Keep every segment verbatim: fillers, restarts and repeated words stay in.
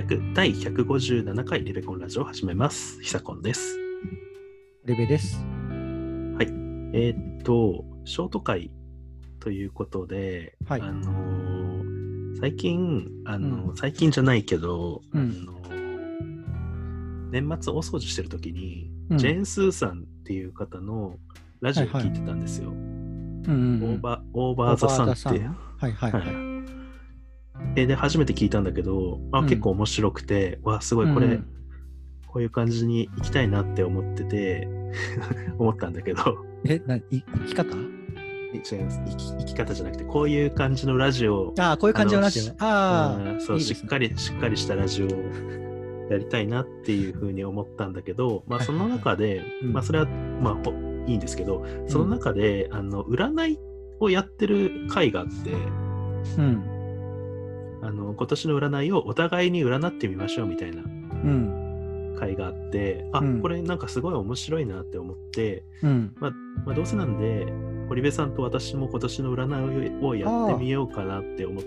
だいひゃくごじゅうななかいリベコンラジオを始めます。ひさこんです。 リベです。 はい。えー、っと、ショート会ということで、 はい、 あのー、最近、あのーうん、 最近じゃないけど、 うん、 あのー、年末大掃除してるときに、 うん、 ジェーン・スーさんっていう方のラジオを聞いてたんですよ。 はいはい、うんうんうん、 オーバー、オーバーザさんって。 はいはいはい。 はいで、初めて聞いたんだけど、あ、 うん、 結構面白くて、わ、すごいこれ、 うんうん、 こういう感じに行きたいなって思ってて思ったんだけどえ、な、い生き方違います生き、生き方じゃなくて、こういう感じのラジオ、 ああ、こういう感じのラジオね。ああ、 そういいですね。 しっかりしっかりしたラジオをやりたいなっていうふうに思ったんだけど、まあその中で、 うん、 まあそれはまあいいんですけど、その中で、うん、あの占いをやってる会があって、うん、あの今年の占いをお互いに占ってみましょうみたいな。うん会があって、あ、うん、これなんかすごい面白いなって思って、うんまあまあ、どうせなんで堀部さんと私も今年の占いをやってみようかなって思って、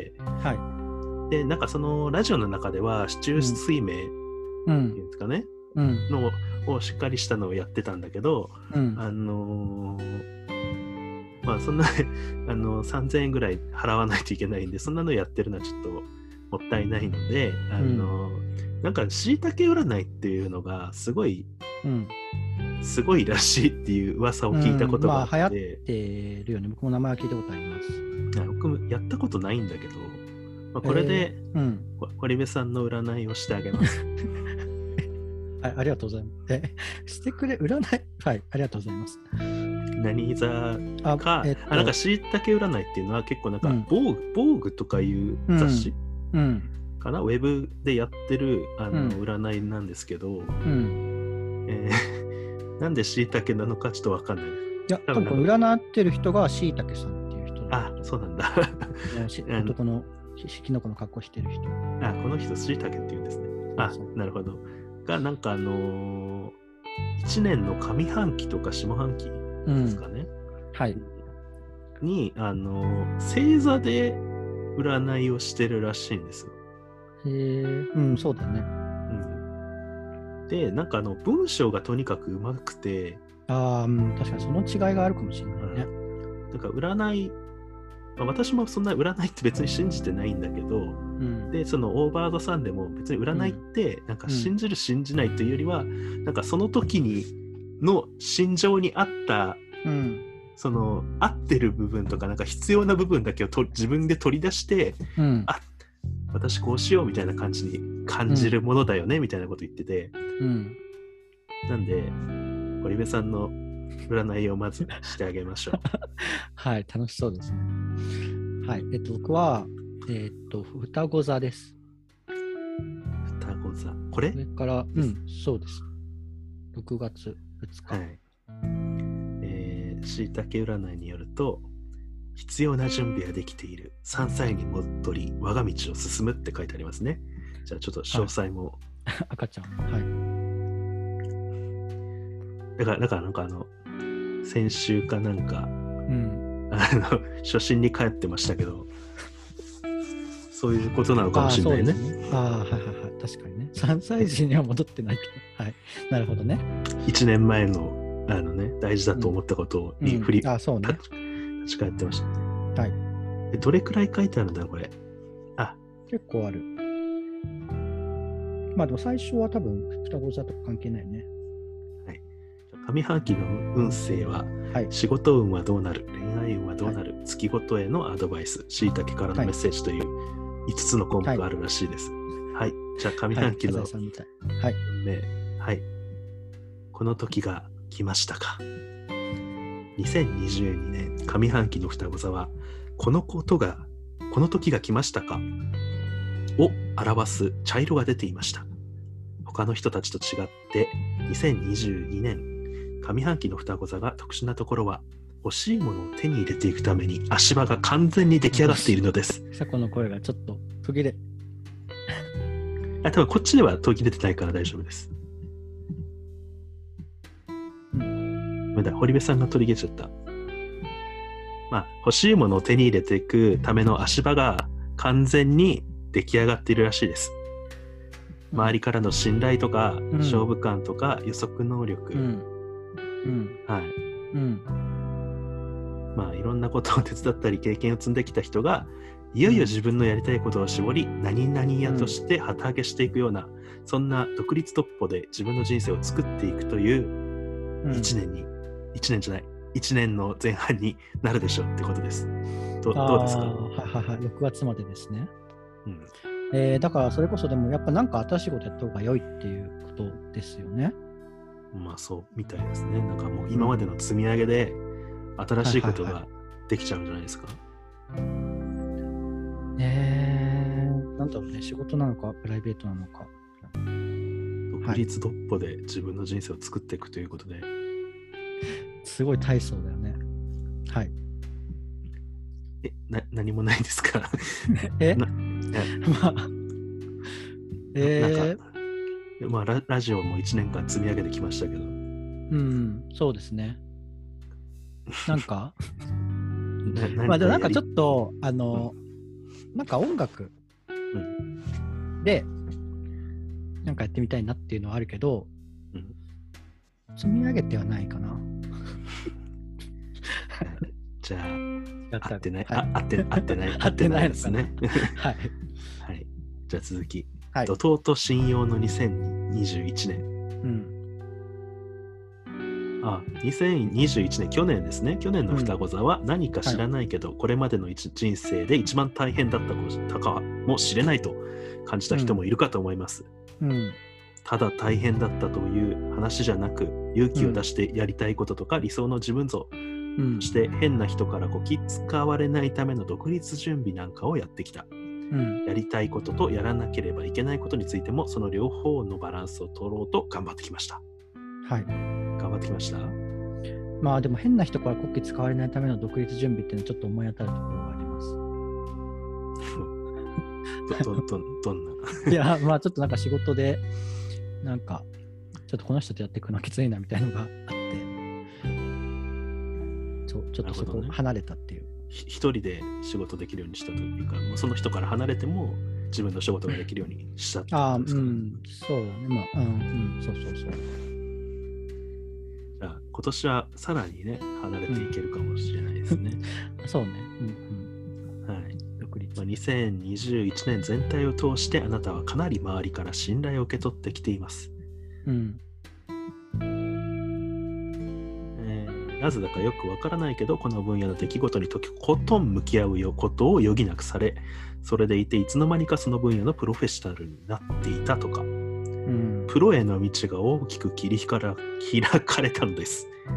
はい、でなんかそのラジオの中では四柱推命っていうんですかね、うん、のをしっかりしたのをやってたんだけど、うん、あのー、まあそんなあのさんぜんえんぐらい払わないといけないんで、そんなのやってるのはちょっともったいないので、あのーうん、なんかしいたけ占いっていうのがすごい、うん、すごいらしいっていう噂を聞いたことがあって、うんまあ、 流行ってるよね。僕も名前は聞いたことあります。 僕もやったことないんだけど、まあ、これで、えーうん、堀部さんの占いをしてあげますあ, ありがとうございます。えしてくれ占いはいありがとうございます。 何座か、あ、えっと、あなんかしいたけ占いっていうのは結構なんか、うん、防具防具とかいう雑誌、うんうんかなウェブでやってるあの、うん、占いなんですけど、うんえー、なんでしいたけなのかちょっとわかんないです。 いや、多分占ってる人がしいたけさんっていう人。 あ、そうなんだ。 男のきのこの格好してる人。 あ、この人しいたけって言うんですね。あ、なるほど。がなんかあのー、いちねんの上半期とか下半期ですかね。うん、はい。にあのー、星座で占いをしてるらしいんですよ。 へえ、うん、そうだね。 うん、で、なんかあの文章がとにかくうまくて、 ああ、うん、確かにその違いがあるかもしれないね。 なんか占い、まあ、私もそんな占いって別に信じてないんだけど、うん、で、そのオーバーザさんでも別に占いってなんか信じる信じないというよりは、うん、なんかその時にの心情に合った、うん、その合ってる部分とかなんか必要な部分だけをと自分で取り出して、うん、あ私こうしようみたいな感じに感じるものだよね、うん、みたいなこと言ってて、うん、なんで堀部さんの占いをまずしてあげましょう。 はい、楽しそうですね。はい、えっと僕はえー、っと双子座です。 双子座、これ？ それから、うん、そうです。ろくがつふつか。はい。 えー、しいたけ占いによると。必要な準備はできている。さんさいに戻り、我が道を進むって書いてありますね。じゃあちょっと詳細も。 はい、赤ちゃん。はい。 だから、だからなんかあの、先週かなんか、うん、あの、初心に帰ってましたけど、そういうことなのかもしれないね。 ああ、はいはいはい。確かにね。さんさい児には戻ってないけど。はい。なるほどね。 いちねんまえの、あのね、大事だと思ったことに振り、うんうん、 あ、そうね。 立ち返ってましたね。 はい。 え、どれくらい書いてあるんだこれ。あ、 結構ある。まあでも最初は多分双子座とか関係ないね。 はい。上半期の運勢は、はい、仕事運はどうなる、恋愛運はどうなる、はい、月ごとへのアドバイス、しいたけからのメッセージといういつつの項目があるらしいです。はい。はい、じゃあ上半期の運命、はい、はい。この時が来ましたか。にせんにじゅうにねん上半期の双子座はこのことがこの時が来ましたかを表す茶色が出ていました。他の人たちと違ってにせんにじゅうにねん上半期の双子座が特殊なところは欲しいものを手に入れていくために足場が完全に出来上がっているのです。 さこの声がちょっと途切れあ、多分こっちでは途切れてないから大丈夫です。堀部さんが取り消えちゃった。まあ、欲しいものを手に入れていくための足場が完全に出来上がっているらしいです。 周りからの信頼とか、 うん、 勝負感とか予測能力、 うんうん、 はい、 うん、 まあいろんなことを手伝ったり経験を積んできた人がいよいよ自分のやりたいことを絞り、何々屋として旗揚げしていくような、うん、そんな独立突破で自分の人生を作っていくといういちねんに、うん、いちねんじゃないいちねんの前半になるでしょうってことです。 ど, どうですか？ はいはいはい、ろくがつまでですね。 うん、 えー、だからそれこそでもやっぱなんか新しいことやった方が良いっていうことですよね。 まあそうみたいですね。なんかもう今までの積み上げで新しいことができちゃうんじゃないですか。 はいはいはい、えー、なんだろうね、仕事なのかプライベートなのか。 独立独歩で自分の人生を作っていくということで、はい、 すごい大層だよね。はい。 え、な、何もないですか？ えなまあ、えー、 なんか、まあラ、ラジオもいちねんかん積み上げてきましたけど。うん、そうですね。なんか、 なまあでもなんかちょっと、あの、うん、なんか音楽で、なんかやってみたいなっていうのはあるけど、うん、積み上げてはないかな。 じゃあ、合ってない、 はい、 あ、合って合ってない、合ってないですね。 はい。 はい。じゃあ続き。 はい、 怒涛と信用のにせんにじゅういちねん。うん。あ、にせんにじゅういちねん、去年ですね。去年の双子座は何か知らないけど、うん、これまでの人生で一番大変だったかもしれないと感じた人もいるかと思います。うんうん、ただ大変だったという話じゃなく、勇気を出してやりたいこととか、うん、理想の自分像、うん、そして変な人からこき使われないための独立準備なんかをやってきた。うん、やりたいこととやらなければいけないことについてもその両方のバランスを取ろうと頑張ってきました。はい。頑張ってきました。 まあでも変な人からこき使われないための独立準備っていうのはちょっと思い当たるところがあります。 ど, ど, ど, どんな？ いやまあちょっとなんか仕事でなんかちょっとこの人とやっていくのはきついなみたいなのがあって、ちょ, ちょっとそこ離れたっていう。 一人で仕事できるようにしたというか、その人から離れても自分の仕事ができるようにしたってことですか？あ、うん、 そうね、まあ、うん、うん、そうそうそう。 じゃあ今年はさらにね離れていけるかもしれないですね。 うん、そうね。うんうん。 はい。独立。まあ、にせんにじゅういちねん全体を通してあなたはかなり周りから信頼を受け取ってきています。うん。なぜだかよくわからないけどこの分野の出来事にとことん向き合うことを余儀なくされ、それでいていつの間にかその分野のプロフェッショナルになっていたとか、うん、プロへの道が大きく切り開かれたのです。うん、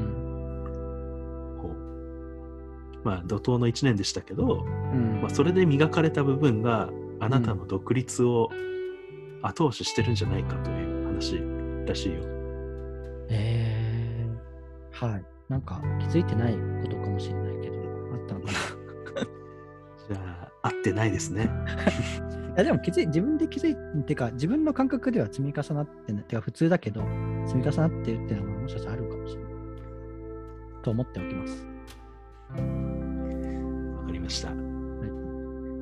こうまあ怒涛のいちねんでしたけど、うんまあ、それで磨かれた部分があなたの独立を後押ししてるんじゃないかという話らしいよ。 えーはい。なんか気づいてないことかもしれないけど、あったのかな。 じゃあ、合ってないですね。 いやでも気づい自分で気づいてか、自分の感覚では積み重なってね、てか普通だけど、積み重なってるっていうのはもしかしたらあるかもしれない。と思っておきます。 わかりました。はい、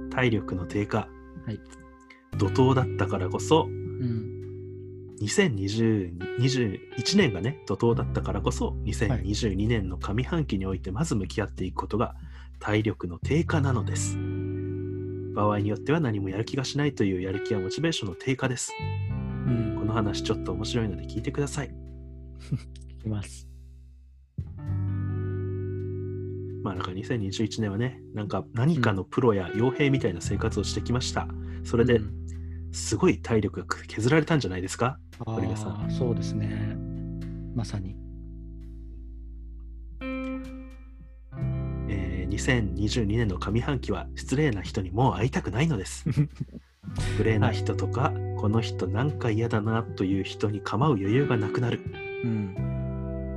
体力の低下。はい。怒涛だったからこそ、うんにせんにじゅういちねんがね怒涛だったからこそにせんにじゅうにねんの上半期においてまず向き合っていくことが体力の低下なのです。場合によっては何もやる気がしないというやる気やモチベーションの低下です。うん、この話ちょっと面白いので聞いてください。 聞きます。 まあなんかにせんにじゅういちねんはねなんか何かのプロや傭兵みたいな生活をしてきました。それで、うんすごい体力が削られたんじゃないですか、堀部さん。 そうですね。まさに。 えー、にせんにじゅうにねんの上半期は失礼な人にもう会いたくないのです。無礼な人とか、はい、この人なんか嫌だなという人に構う余裕がなくなる。うん、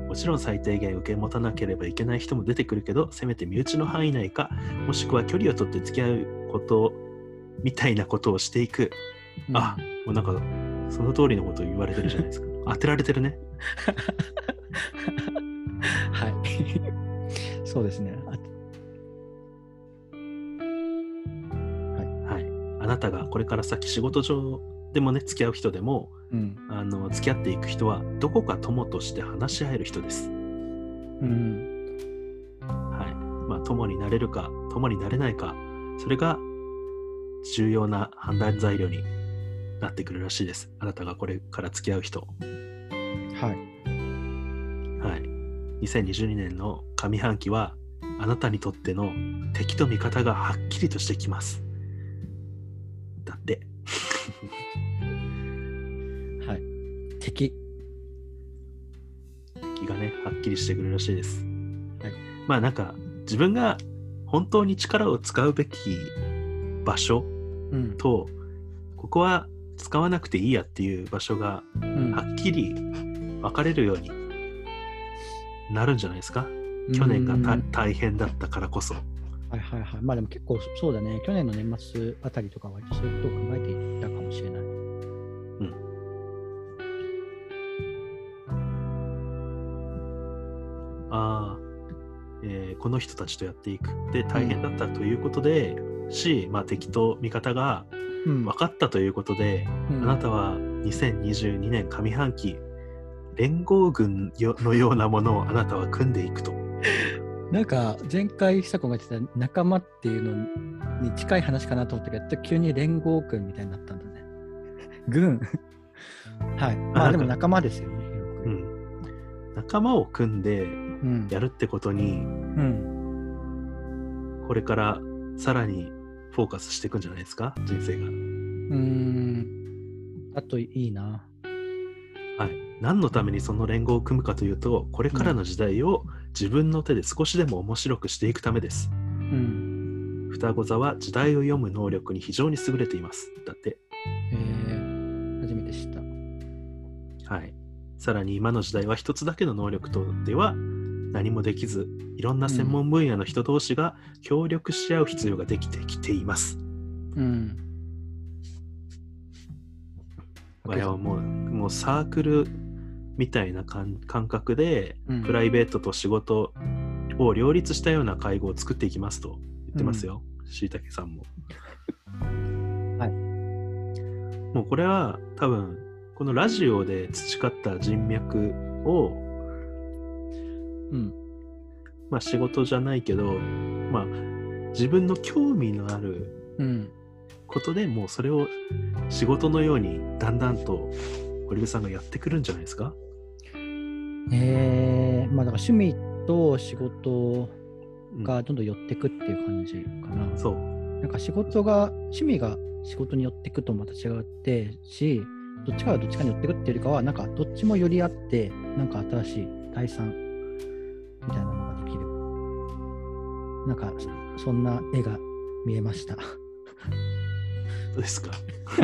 もちろん最低限受け持たなければいけない人も出てくるけど、せめて身内の範囲内か、もしくは距離を取って付き合うことみたいなことをしていく。うん、あ、もうなんかその通りのことを言われてるじゃないですか。当てられてるね。 はい。そうですね。はい、 はい。あなたがこれから先仕事上でもね、付き合う人でも、 うん、 あの付き合っていく人はどこか友として話し合える人です。うん、はい。まあ友になれるか友になれないか、それが重要な判断材料になってくるらしいです。あなたがこれから付き合う人。 はい。 はい。にせんにじゅうにねんの上半期はあなたにとっての敵と味方がはっきりとしてきます。だって。 はい。敵。 敵がね、はっきりしてくるらしいです。 はい。 まあなんか自分が本当に力を使うべき場所と、うん、ここは使わなくていいやっていう場所がはっきり分かれるようになるんじゃないですか。うん、去年が大変だったからこそ。 はいはいはい。まあでも結構そうだね。去年の年末あたりとかはそういうことを考えていたかもしれない。うん。 ああ、えー、この人たちとやっていくって大変だったということで、うん、し、まあ敵と味方が分かったということで、うん、あなたはにせんにじゅうにねん上半期連合軍のようなものをあなたは組んでいくと。 なんか前回久子が言ってた仲間っていうのに近い話かなと思ったけど、急に連合軍みたいになったんだね。軍はい。まあでも仲間ですよね。 うん、仲間を組んでやるってことに、うん、これからさらにフォーカスしていくんじゃないですか、人生が。うーん。あといいな。 はい。何のためにその連合を組むかというと、これからの時代を自分の手で少しでも面白くしていくためです。うん。双子座は時代を読む能力に非常に優れています。だって。 へー、初めて知った。 はい。さらに今の時代は一つだけの能力とでは何もできず、いろんな専門分野の人同士が協力し合う必要ができてきています。うん。我々はもう、もうサークルみたいな感覚で、うん、プライベートと仕事を両立したような会合を作っていきますと言ってますよ、しいたけさんも。はい。もうこれは多分このラジオで培った人脈を、うん、まあ仕事じゃないけど、まあ自分の興味のあることで、もうそれを仕事のようにだんだんと堀部さんがやってくるんじゃないですか。 えー、まあだから趣味と仕事がどんどん寄ってくっていう感じかな。うん、そう。なんか仕事が趣味が仕事に寄ってくとまた違ってし、どっちかがどっちかに寄ってくっていうよりかは、なんかどっちも寄り合ってなんか新しい第三みたいなのができる。なんかそんな絵が見えました。 どうですか。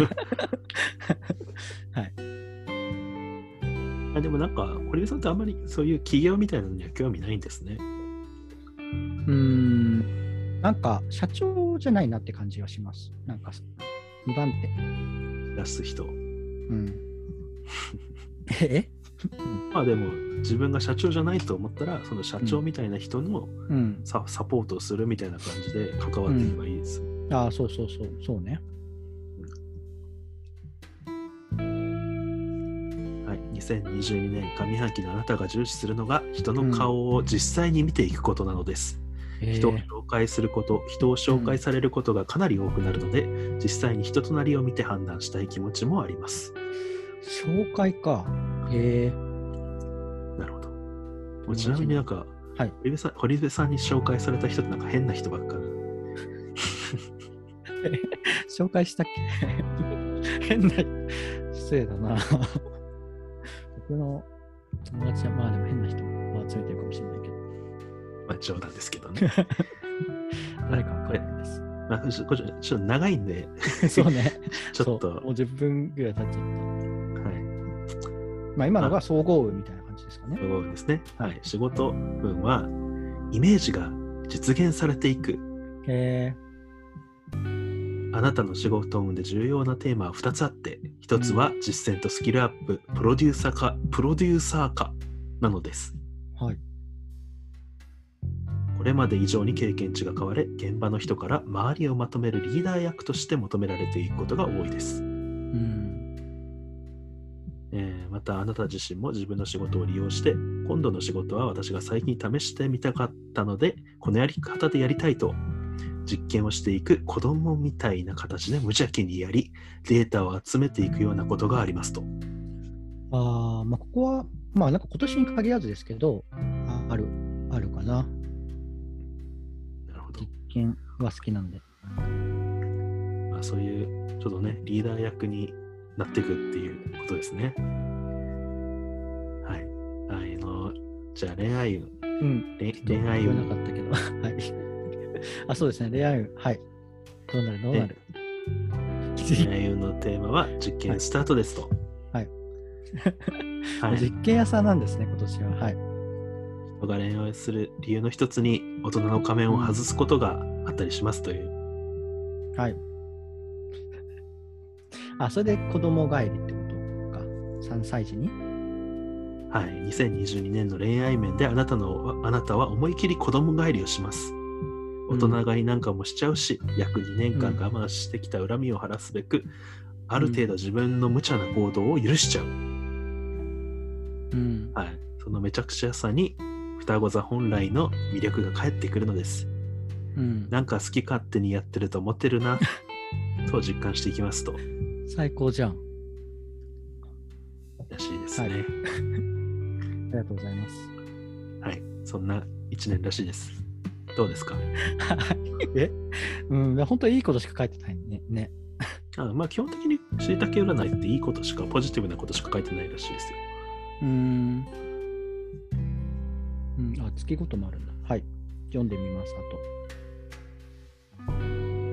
はい。あ、でもなんか堀部さんってあんまりそういう企業みたいなのには興味ないんですね。 うーん。なんか社長じゃないなって感じがします。なんかにばん手出す人。うん。 え？ まあでも自分が社長じゃないと思ったら、その社長みたいな人のサ、うん、サポートをするみたいな感じで関わっていけばいいです。 うん、ああ、そうそうそうそうね。 にせんにじゅうにねん上半期のあなたが重視するのが人の顔を実際に見ていくことなのです、うん、人を紹介すること、人を紹介されることがかなり多くなるので、うん、実際に人となりを見て判断したい気持ちもあります。 紹介か。へえ。 なるほど。ちなみになんか、はい、堀部さん、堀部さんに紹介された人ってなんか変な人ばっかり紹介したっけ変な失礼だな。僕の友達はまあでも変な人はついてるかもしれないけど。 まあ冗談ですけどね。 誰かわかんないです。 まあ、これちょっと長いんで。 そうね。 ちょっと。 もうじゅっぷんぐらい経っちゃった。はい。まあ今のが総合運みたいな感じですかね。 総合運ですね。はい。仕事運はイメージが実現されていく。へー。あなたの仕事運で重要なテーマはふたつあって、ひとつは実践とスキルアップ、プロデューサー化、プロデューサー化なのです。はい。これまで以上に経験値が変われ、現場の人から周りをまとめるリーダー役として求められていくことが多いです。 うんえー、またあなた自身も自分の仕事を利用して、今度の仕事は私が最近試してみたかったので、このやり方でやりたいと実験をしていく子供みたいな形で無邪気にやり、データを集めていくようなことがありますと。 あまあ、ここは、まあ、なんか今年に限らずですけど、ある、あるかな。 なるほど。 実験は好きなんで。 まあ、そういうちょっとね、リーダー役になっていくっていうことですね。はい。あの、じゃあ恋愛運。 うん。 恋恋愛運。 言わなかったけど。はい。あ、そうですね。恋愛運。はい。どうなるどうなる。 恋愛運のテーマは実験スタートですと。 はい。 はい、 実験屋さんなんですね、今年は。はい。 人が恋愛する理由の一つに、大人の仮面を外すことがあったりしますという。 はい。あ、それで子供帰りってことか。さんさい児に。 はい。にせんにじゅうにねんの恋愛面であなたの、あなたは思い切り子供帰りをします。大人買いなんかもしちゃうし、うん、約にねんかん我慢してきた恨みを晴らすべく、うん、ある程度自分の無茶な行動を許しちゃう。うん。はい。そのめちゃくちゃさに、双子座本来の魅力が返ってくるのです。うん。なんか好き勝手にやってると思ってるな、と実感していきますと。 最高じゃん。 らしいですね。はい、 ありがとうございます。 はい。そんないちねんらしいです。どうですか？ えうん、本当にいいことしか書いてないね。ねあまあ基本的にしいたけ占いっていいことしか、ポジティブなことしか書いてないらしいですよ。 うーん。うん、あ、月ごともあるんだ。はい。読んでみます、あと。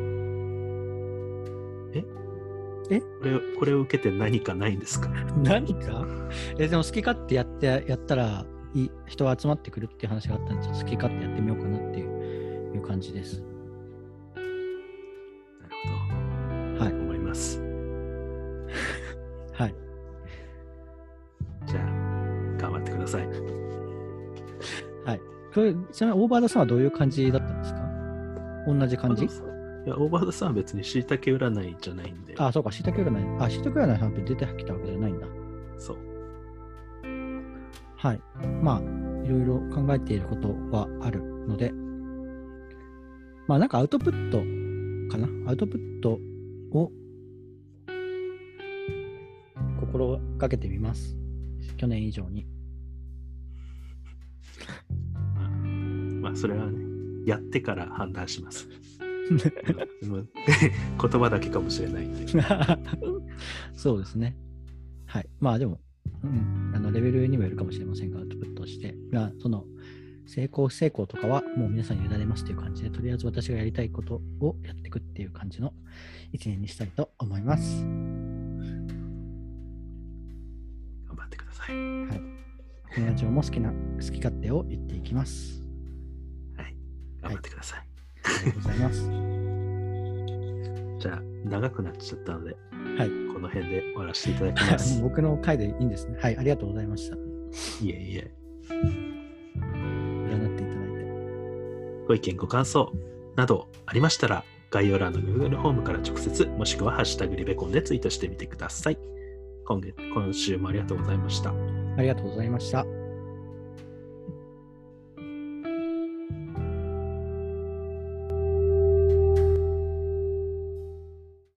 ええこれ、これを受けて何かないんですか？ 何かえ、でも好き勝手やって、やったら、いい人が集まってくるっていう話があったんで、ちょっと好き勝手やってみようかなっていう、いう感じです。 なるほど。はい。思います。 はい。 じゃあ、頑張ってください。 はい。これ、ちなみにオーバードさんはどういう感じだったんですか？同じ感じ？いや、オーバードさんは別にしいたけ占いじゃないんで。 あ、そうか、しいたけ占い。あ、しいたけ占いは出てきたわけじゃないんだ。 そう。 はい。まあ、いろいろ考えていることはあるので、まあなんかアウトプットかな。アウトプットを心がけてみます。去年以上に。 まあ、まあ、それはね、やってから判断します。言葉だけかもしれないんで。 そうですね。はい。まあでも、うん、あのレベルにもよるかもしれませんが、アウトプットをして、まあ、その成功不成功とかはもう皆さんに委ねますという感じで、とりあえず私がやりたいことをやっていくっていう感じの一年にしたいと思います。 頑張ってください。 はい。このラジオも好きな、好き勝手を言っていきます。 はい。頑張ってください。 はい、ありがとうございます。 じゃあ、長くなっちゃったので、 はい、 この辺で終わらせていただきます。 僕の回でいいんですね。はい、ありがとうございました。 いえいえ。 占っていただいて。 ご意見、ご感想などありましたら、概要欄の Google ホームから直接、もしくはハッシュタグリベコンでツイートしてみてください。今月、今週もありがとうございました。 ありがとうございました。